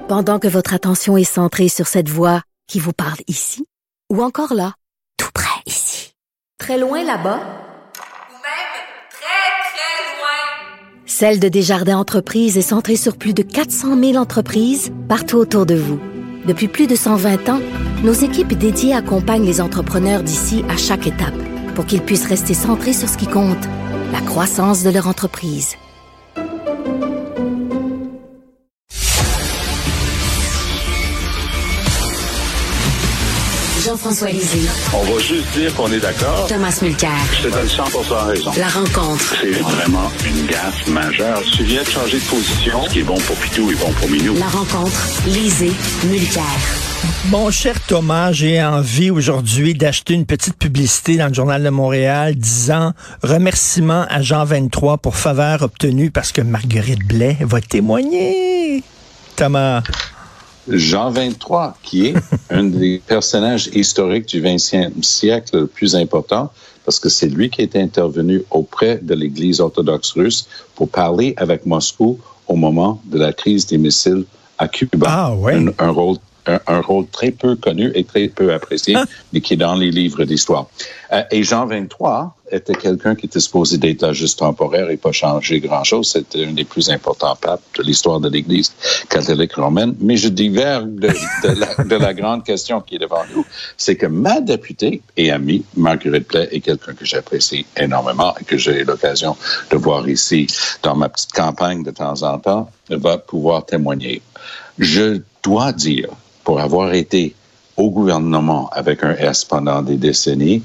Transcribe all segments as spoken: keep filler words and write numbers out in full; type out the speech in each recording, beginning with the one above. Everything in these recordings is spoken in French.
Pendant que votre attention est centrée sur cette voix qui vous parle ici, ou encore là, tout près ici, très loin là-bas, ou même très, très loin. Celle de Desjardins Entreprises est centrée sur plus de quatre cent mille entreprises partout autour de vous. Depuis plus de cent vingt ans, nos équipes dédiées accompagnent les entrepreneurs d'ici à chaque étape pour qu'ils puissent rester centrés sur ce qui compte, la croissance de leur entreprise. Jean-François Lisée. On va juste dire qu'on est d'accord. Thomas Mulcair. Je te donne cent pour cent raison. La rencontre. C'est vraiment une gaffe majeure. Tu viens de changer de position. Ce qui est bon pour Pitou est bon pour Minou. La rencontre. Lisée. Mulcair. Mon cher Thomas, j'ai envie aujourd'hui d'acheter une petite publicité dans le Journal de Montréal disant remerciement à Jean vingt-trois pour faveur obtenue parce que Marguerite Blais va témoigner. Thomas. Jean vingt-trois, qui est un des personnages historiques du vingtième siècle le plus important, parce que c'est lui qui est intervenu auprès de l'Église orthodoxe russe pour parler avec Moscou au moment de la crise des missiles à Cuba. Ah, ouais. Un, un rôle Un, un rôle très peu connu et très peu apprécié, ah. mais qui est dans les livres d'histoire. Euh, et Jean vingt-trois était quelqu'un qui était supposé d'être là juste temporaire et pas changer grand-chose. C'était un des plus importants papes de l'histoire de l'Église catholique romaine. Mais je diverge de, de, la, de la grande question qui est devant nous. C'est que ma députée et amie, Marguerite Blais, est quelqu'un que j'apprécie énormément et que j'ai l'occasion de voir ici dans ma petite campagne de temps en temps, va pouvoir témoigner. Je dois dire, pour avoir été au gouvernement avec un S pendant des décennies,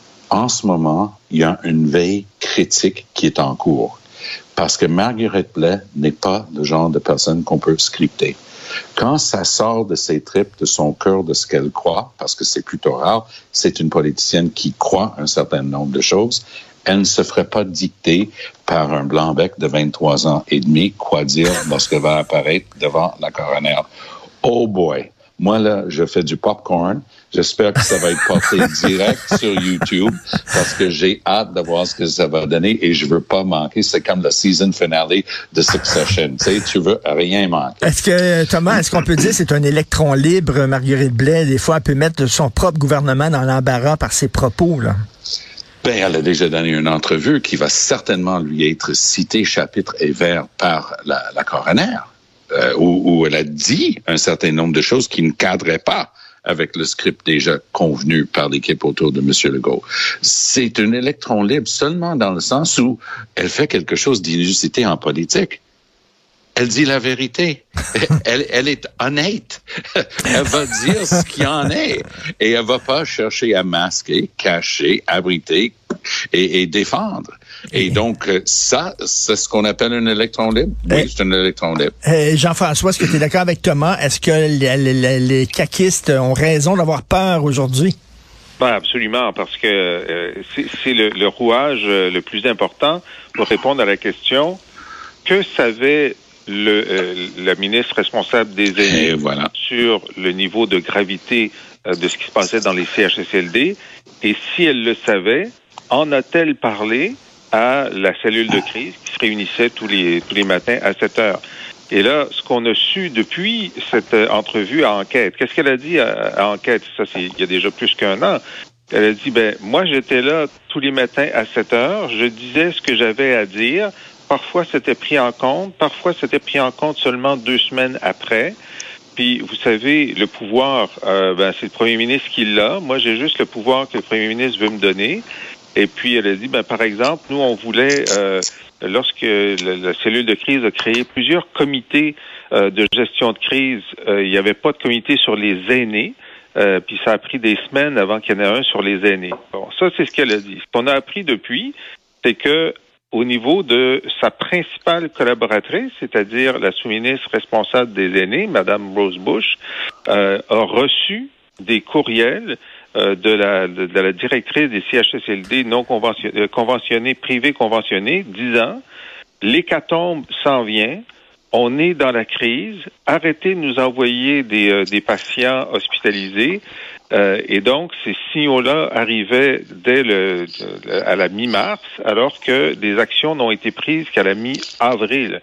en ce moment, il y a une veille critique qui est en cours. Parce que Marguerite Blais n'est pas le genre de personne qu'on peut scripter. Quand ça sort de ses tripes, de son cœur, de ce qu'elle croit, parce que c'est plutôt rare, c'est une politicienne qui croit un certain nombre de choses, elle ne se ferait pas dicter par un blanc-bec de vingt-trois ans et demi quoi dire lorsqu'elle va apparaître devant la coroner. Oh boy! Moi, là, je fais du popcorn. J'espère que ça va être porté direct sur YouTube parce que j'ai hâte de voir ce que ça va donner et je veux pas manquer. C'est comme la season finale de Succession. Tu sais, tu veux rien manquer. Est-ce que, Thomas, est-ce qu'on peut dire que c'est un électron libre, Marguerite Blais? Des fois, elle peut mettre son propre gouvernement dans l'embarras par ses propos, là. Ben, elle a déjà donné une entrevue qui va certainement lui être citée chapitre et vers par la, la coroner. Euh, où, où elle a dit un certain nombre de choses qui ne cadraient pas avec le script déjà convenu par l'équipe autour de M. Legault. C'est un électron libre seulement dans le sens où elle fait quelque chose d'inusité en politique. Elle dit la vérité. Elle, elle est honnête. Elle va dire ce qu'il en est. Et elle va pas chercher à masquer, cacher, abriter et, et défendre. Et donc, ça, c'est ce qu'on appelle un électron libre. Oui, eh, c'est un électron libre. Eh, Jean-François, est-ce que tu es d'accord avec Thomas? Est-ce que les, les, les caquistes ont raison d'avoir peur aujourd'hui? Ben absolument, parce que euh, c'est, c'est le, le rouage euh, le plus important pour répondre à la question que savait le, euh, la ministre responsable des aînés voilà. sur le niveau de gravité euh, de ce qui se passait dans les C H S L D, et si elle le savait, en a-t-elle parlé à la cellule de crise qui se réunissait tous les tous les matins à sept heures. Et là, ce qu'on a su depuis cette euh, entrevue à Enquête, qu'est-ce qu'elle a dit à, à Enquête? Ça, c'est il y a déjà plus qu'un an. Elle a dit, ben moi, j'étais là tous les matins à sept heures, je disais ce que j'avais à dire. Parfois, c'était pris en compte. Parfois, c'était pris en compte seulement deux semaines après. Puis, vous savez, le pouvoir, euh, ben c'est le premier ministre qui l'a. Moi, j'ai juste le pouvoir que le premier ministre veut me donner. Et puis, elle a dit, ben, par exemple, nous, on voulait, euh, lorsque la, la cellule de crise a créé plusieurs comités euh, de gestion de crise, euh, il n'y avait pas de comité sur les aînés. Euh, puis, ça a pris des semaines avant qu'il y en ait un sur les aînés. Bon, ça, c'est ce qu'elle a dit. Ce qu'on a appris depuis, c'est que au niveau de sa principale collaboratrice, c'est-à-dire la sous-ministre responsable des aînés, Mme Rose Bush, euh, a reçu des courriels euh, de, la, de, de la directrice des C H S L D non conventionnés, euh, conventionnés, privés conventionnés, disant « L'hécatombe s'en vient, on est dans la crise, arrêtez de nous envoyer des, euh, des patients hospitalisés. » Euh, et donc, ces signaux-là arrivaient dès le, à la mi-mars, alors que des actions n'ont été prises qu'à la mi-avril.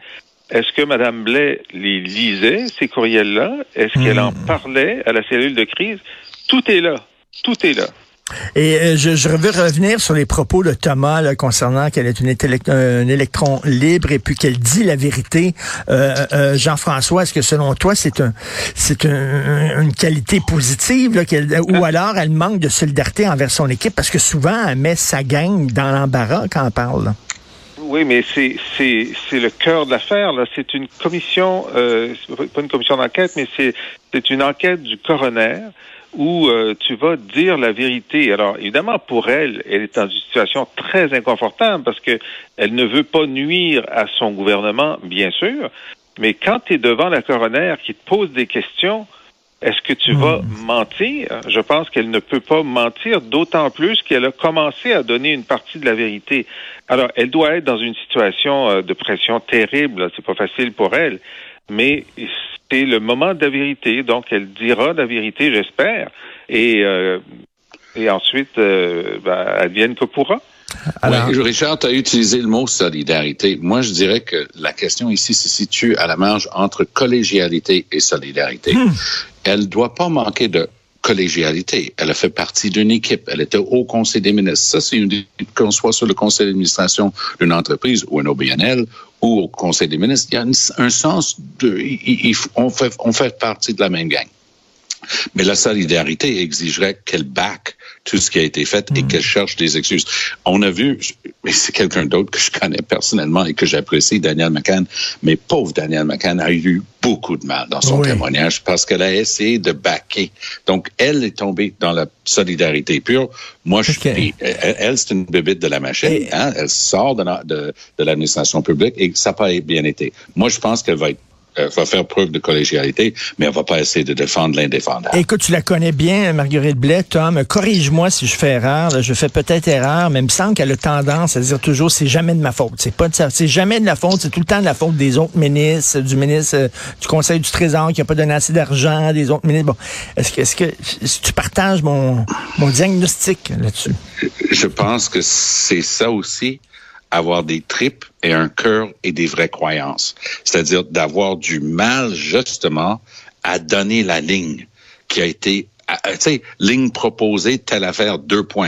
Est-ce que Mme Blais les lisait, ces courriels-là? Est-ce qu'elle en parlait à la cellule de crise? Tout est là. Tout est là. Et euh, je, je veux revenir sur les propos de Thomas là, concernant qu'elle est une intellect- un électron libre et puis qu'elle dit la vérité. Euh, euh, Jean-François, est-ce que selon toi, c'est un, c'est un, une qualité positive là, qu'elle, ou alors elle manque de solidarité envers son équipe parce que souvent elle met sa gang dans l'embarras quand elle parle? Là. Oui, mais c'est c'est c'est le cœur de l'affaire là. C'est une commission, euh, pas une commission d'enquête, mais c'est c'est une enquête du coroner où euh, tu vas dire la vérité. Alors évidemment pour elle, elle est dans une situation très inconfortable parce que elle ne veut pas nuire à son gouvernement, bien sûr. Mais quand tu es devant la coroner qui te pose des questions, est-ce que tu vas mmh. mentir? Je pense qu'elle ne peut pas mentir, d'autant plus qu'elle a commencé à donner une partie de la vérité. Alors, elle doit être dans une situation de pression terrible. C'est pas facile pour elle, mais c'est le moment de la vérité. Donc, elle dira la vérité, j'espère. Et, euh, et ensuite, euh, ben, advienne que pourra. Alors, oui, Richard, tu as utilisé le mot solidarité. Moi, je dirais que la question ici se situe à la marge entre collégialité et solidarité. Hmm. Elle ne doit pas manquer de collégialité. Elle a fait partie d'une équipe. Elle était au Conseil des ministres. Ça, c'est une qu'on soit sur le conseil d'administration d'une entreprise ou un O B N L ou au Conseil des ministres, il y a une, un sens de... Il, il, on, fait, on fait partie de la même gang. Mais la solidarité exigerait qu'elle back tout ce qui a été fait et mmh. qu'elle cherche des excuses. On a vu, mais c'est quelqu'un d'autre que je connais personnellement et que j'apprécie, Danielle McCann, mais pauvre Danielle McCann a eu beaucoup de mal dans son oui. témoignage parce qu'elle a essayé de backer. Donc, elle est tombée dans la solidarité pure. Moi, je okay. suis, elle, elle, c'est une bébite de la machine. Et... Hein? Elle sort de, de, de l'administration publique et ça n'a pas bien été. Moi, je pense qu'elle va être Euh, va faire preuve de collégialité, mais elle va pas essayer de défendre l'indéfendable. Écoute, tu la connais bien, Marguerite Blais, Tom. Corrige-moi si je fais erreur. Là, je fais peut-être erreur, mais il me semble qu'elle a tendance à dire toujours c'est jamais de ma faute. C'est pas de ça. C'est jamais de la faute. C'est tout le temps de la faute des autres ministres, du ministre euh, du Conseil du Trésor qui a pas donné assez d'argent, des autres ministres. Bon, est-ce que, est-ce que est-ce que tu partages mon mon diagnostic là-dessus? Je pense que c'est ça aussi. Avoir des tripes et un cœur et des vraies croyances. C'est-à-dire d'avoir du mal, justement, à donner la ligne qui a été, tu sais, ligne proposée, telle affaire, deux points.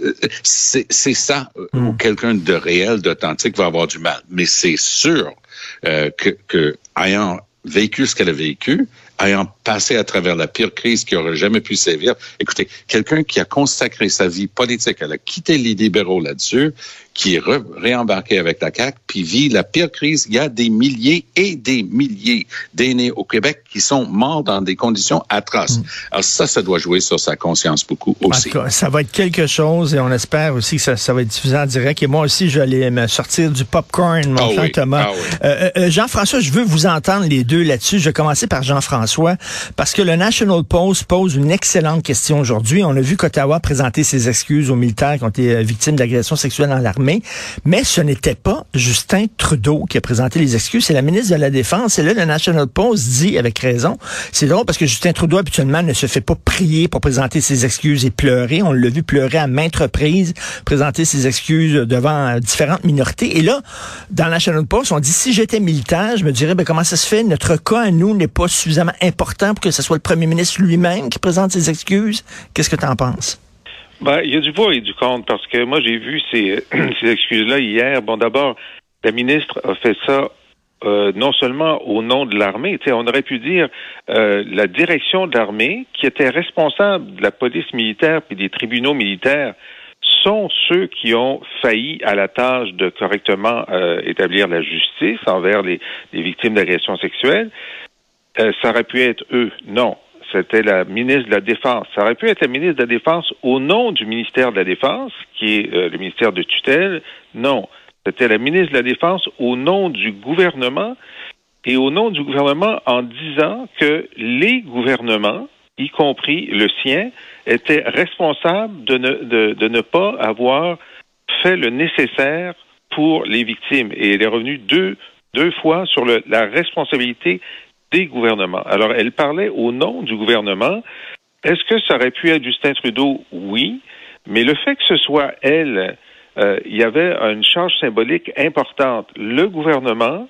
C'est, c'est ça mm. où quelqu'un de réel, d'authentique va avoir du mal. Mais c'est sûr euh, que, que, ayant vécu ce qu'elle a vécu, ayant passé à travers la pire crise qui aurait jamais pu sévir. Écoutez, quelqu'un qui a consacré sa vie politique, elle a quitté les libéraux là-dessus, qui est re- réembarqué avec la C A Q, puis vit la pire crise. Il y a des milliers et des milliers d'aînés au Québec qui sont morts dans des conditions atroces. Mmh. Alors ça, ça doit jouer sur sa conscience beaucoup aussi. En tout cas, ça va être quelque chose et on espère aussi que ça, ça va être diffusé en direct. Et moi aussi, je vais aller me sortir du popcorn, mon oh cher oui. Thomas. Ah oui. euh, euh, Jean-François, je veux vous entendre les deux là-dessus. Je vais commencer par Jean-François parce que le National Post pose une excellente question aujourd'hui. On a vu qu'Ottawa présenter ses excuses aux militaires qui ont été victimes d'agressions sexuelles dans l'armée. Mais ce n'était pas Justin Trudeau qui a présenté les excuses, c'est la ministre de la Défense. Et là, le National Post dit, avec raison, c'est drôle parce que Justin Trudeau, habituellement, ne se fait pas prier pour présenter ses excuses et pleurer. On l'a vu pleurer à maintes reprises, présenter ses excuses devant différentes minorités. Et là, dans le National Post, on dit, si j'étais militaire, je me dirais, ben, comment ça se fait? Notre cas à nous n'est pas suffisamment important pour que ce soit le premier ministre lui-même qui présente ses excuses. Qu'est-ce que tu en penses? Ben, il y a du pour et du contre, parce que moi, j'ai vu ces, ces excuses-là hier. Bon, d'abord, la ministre a fait ça euh, non seulement au nom de l'armée, tu sais, on aurait pu dire euh, la direction de l'armée, qui était responsable de la police militaire puis des tribunaux militaires, sont ceux qui ont failli à la tâche de correctement euh, établir la justice envers les, les victimes d'agressions sexuelles. Euh, ça aurait pu être eux. Non. C'était la ministre de la Défense. Ça aurait pu être la ministre de la Défense au nom du ministère de la Défense, qui est euh, le ministère de tutelle. Non. C'était la ministre de la Défense au nom du gouvernement et au nom du gouvernement en disant que les gouvernements, y compris le sien, étaient responsables de ne, de, de ne pas avoir fait le nécessaire pour les victimes. Et elle est revenue deux, deux fois sur le, la responsabilité des gouvernements. Alors, elle parlait au nom du gouvernement. Est-ce que ça aurait pu être Justin Trudeau? Oui. Mais le fait que ce soit elle, euh, il y avait une charge symbolique importante. Le gouvernement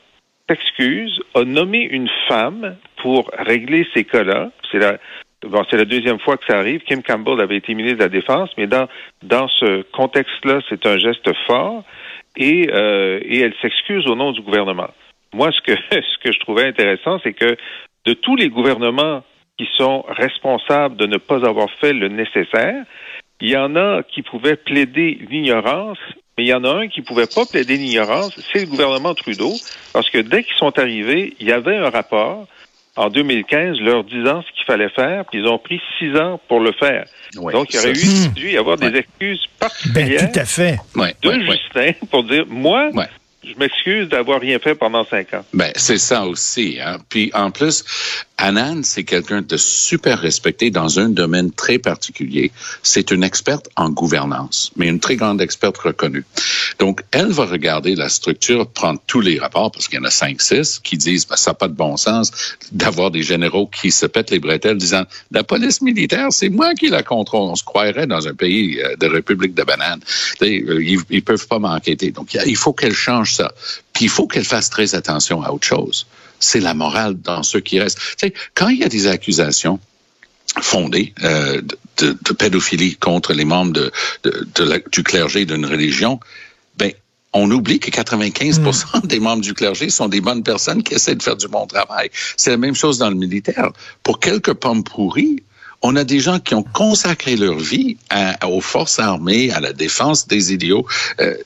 s'excuse, a nommé une femme pour régler ces cas-là. C'est la, bon, c'est la deuxième fois que ça arrive. Kim Campbell avait été ministre de la Défense, mais dans, dans ce contexte-là, c'est un geste fort. Et, euh, et elle s'excuse au nom du gouvernement. Moi, ce que, ce que je trouvais intéressant, c'est que de tous les gouvernements qui sont responsables de ne pas avoir fait le nécessaire, il y en a qui pouvaient plaider l'ignorance, mais il y en a un qui ne pouvait pas plaider l'ignorance, c'est le gouvernement Trudeau, parce que dès qu'ils sont arrivés, il y avait un rapport en deux mille quinze leur disant ce qu'il fallait faire, puis ils ont pris six ans pour le faire. Ouais, Donc, il y aurait eu dû y avoir ouais. des excuses particulières ben, tout à fait. Ouais, de ouais, Justin ouais. pour dire, moi, ouais. je m'excuse d'avoir rien fait pendant cinq ans. Ben, c'est ça aussi, hein. Puis, en plus, Anand, c'est quelqu'un de super respecté dans un domaine très particulier. C'est une experte en gouvernance, mais une très grande experte reconnue. Donc, elle va regarder la structure, prendre tous les rapports, parce qu'il y en a cinq, six, qui disent, ben, ça n'a pas de bon sens d'avoir des généraux qui se pètent les bretelles disant, la police militaire, c'est moi qui la contrôle. On se croirait dans un pays de République de bananes. Ils, ils peuvent pas m'enquêter. Donc, il faut qu'elle change ça. Puis, il faut qu'elle fasse très attention à autre chose. C'est la morale dans ceux qui restent. Tu sais, quand il y a des accusations fondées euh, de, de, de pédophilie contre les membres de, de, de la, du clergé d'une religion, ben on oublie que quatre-vingt-quinze pour cent mmh. des membres du clergé sont des bonnes personnes qui essaient de faire du bon travail. C'est la même chose dans le militaire. Pour quelques pommes pourries, on a des gens qui ont consacré leur vie à, aux forces armées, à la défense des idéaux. Euh,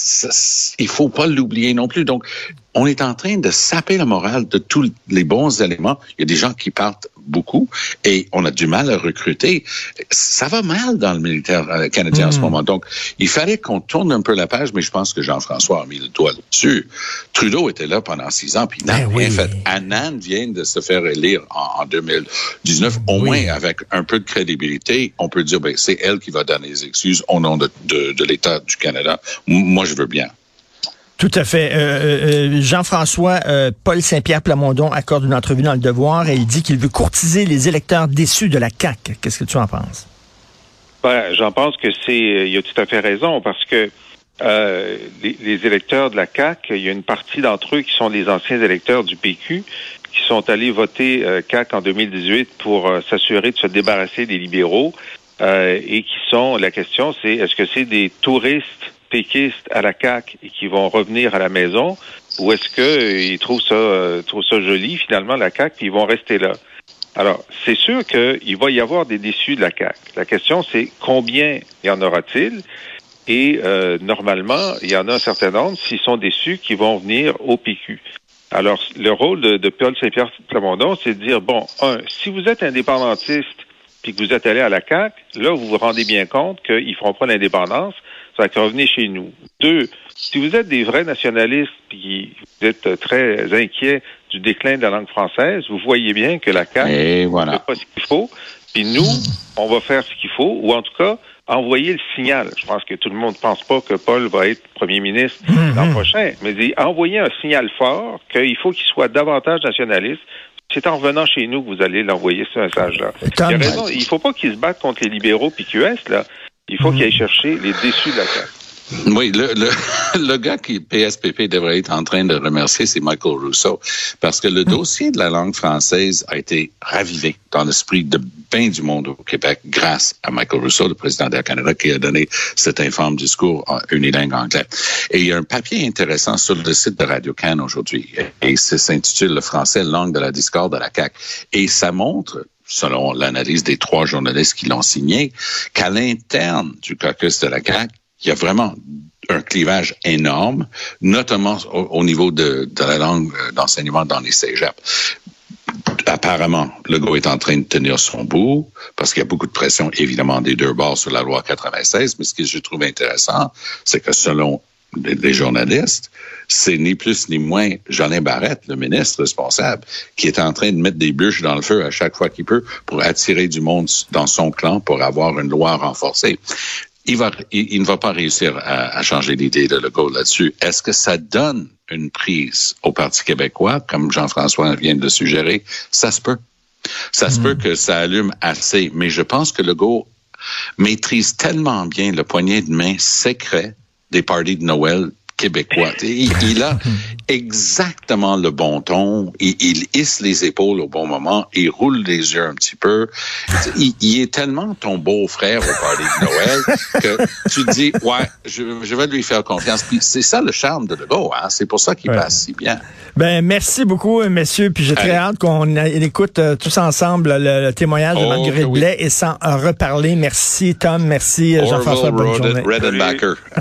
ça, il faut pas l'oublier non plus. Donc, on est en train de saper la morale de tous les bons éléments. Il y a des gens qui partent beaucoup et on a du mal à recruter. Ça va mal dans le militaire canadien mmh. en ce moment. Donc, il fallait qu'on tourne un peu la page, mais je pense que Jean-François a mis le doigt là-dessus. Trudeau était là pendant six ans, puis il n'a ben rien oui. fait. Anand vient de se faire élire en, en deux mille dix-neuf, au oui. moins avec un peu de crédibilité. On peut dire, ben, c'est elle qui va donner les excuses au nom de, de, de l'État du Canada. Moi, je veux bien. Tout à fait. Euh, euh, Jean-François, euh, Paul Saint-Pierre Plamondon accorde une entrevue dans Le Devoir et il dit qu'il veut courtiser les électeurs déçus de la C A Q. Qu'est-ce que tu en penses? Ben, j'en pense que c'est, il a tout à fait raison parce que euh, les, les électeurs de la C A Q, il y a une partie d'entre eux qui sont les anciens électeurs du P Q qui sont allés voter euh, C A Q en deux mille dix-huit pour euh, s'assurer de se débarrasser des libéraux euh, et qui sont, la question c'est, est-ce que c'est des touristes péquistes à la C A Q et qui vont revenir à la maison, ou est-ce que euh, ils trouvent ça, euh, trouvent ça joli finalement la C A Q puis ils vont rester là. Alors c'est sûr qu'il va y avoir des déçus de la C A Q. La question c'est combien y en aura-t-il et euh, normalement il y en a un certain nombre s'ils sont déçus qui vont venir au P Q. Alors le rôle de, de Paul Saint-Pierre Plamondon c'est de dire bon un si vous êtes indépendantiste puis que vous êtes allé à la C A Q, là vous vous rendez bien compte qu'ils feront pas l'indépendance. Ça va revenir chez nous. Deux, si vous êtes des vrais nationalistes puis vous êtes très inquiets du déclin de la langue française, vous voyez bien que la C A Q ne voilà. fait pas ce qu'il faut. Puis nous, on va faire ce qu'il faut, ou en tout cas, envoyer le signal. Je pense que tout le monde ne pense pas que Paul va être premier ministre mm-hmm. l'an prochain, mais envoyer un signal fort qu'il faut qu'il soit davantage nationaliste. C'est en revenant chez nous que vous allez l'envoyer ce message-là. Il a raison. Il ne faut pas qu'il se batte contre les libéraux P Q S, là. Il faut mmh. qu'il aille chercher les déçus de la C A Q. Oui, le, le, le gars qui, P S P P, devrait être en train de remercier, c'est Michael Rousseau. Parce que le mmh. dossier de la langue française a été ravivé dans l'esprit de bien du monde au Québec grâce à Michael Rousseau, le président d'Air Canada, qui a donné cet infâme discours en unilingue anglais. Et il y a un papier intéressant sur le site de Radio-Can aujourd'hui. Et ça s'intitule « Le français, langue de la discorde à la C A Q ». Et ça montre, selon l'analyse des trois journalistes qui l'ont signé, qu'à l'interne du caucus de la C A Q, il y a vraiment un clivage énorme, notamment au, au niveau de, de la langue d'enseignement dans les cégeps. Apparemment, Legault est en train de tenir son bout, parce qu'il y a beaucoup de pression, évidemment, des deux bords sur la loi quatre-vingt-seize, mais ce que je trouve intéressant, c'est que selon les journalistes, c'est ni plus ni moins Jolin Barrette, le ministre responsable, qui est en train de mettre des bûches dans le feu à chaque fois qu'il peut pour attirer du monde dans son clan pour avoir une loi renforcée. Il, va, il, il ne va pas réussir à, à changer l'idée de Legault là-dessus. Est-ce que ça donne une prise au Parti québécois, comme Jean-François vient de le suggérer? Ça se peut. Ça mmh. se peut que ça allume assez, mais je pense que Legault maîtrise tellement bien le poignet de main secret des parties de Noël québécois. Il, il a exactement le bon ton. Il, il hisse les épaules au bon moment. Il roule les yeux un petit peu. Il, il est tellement ton beau-frère au party de Noël que tu te dis, ouais, je, je vais lui faire confiance. Puis c'est ça le charme de Legault. Hein? C'est pour ça qu'il ouais. passe si bien. Ben merci beaucoup, messieurs. Puis j'ai très hâte qu'on écoute euh, tous ensemble le, le témoignage oh, de Marguerite oui. Blais et sans en reparler. Merci, Tom. Merci, Jean-François. Bonne journée. Redenbacher.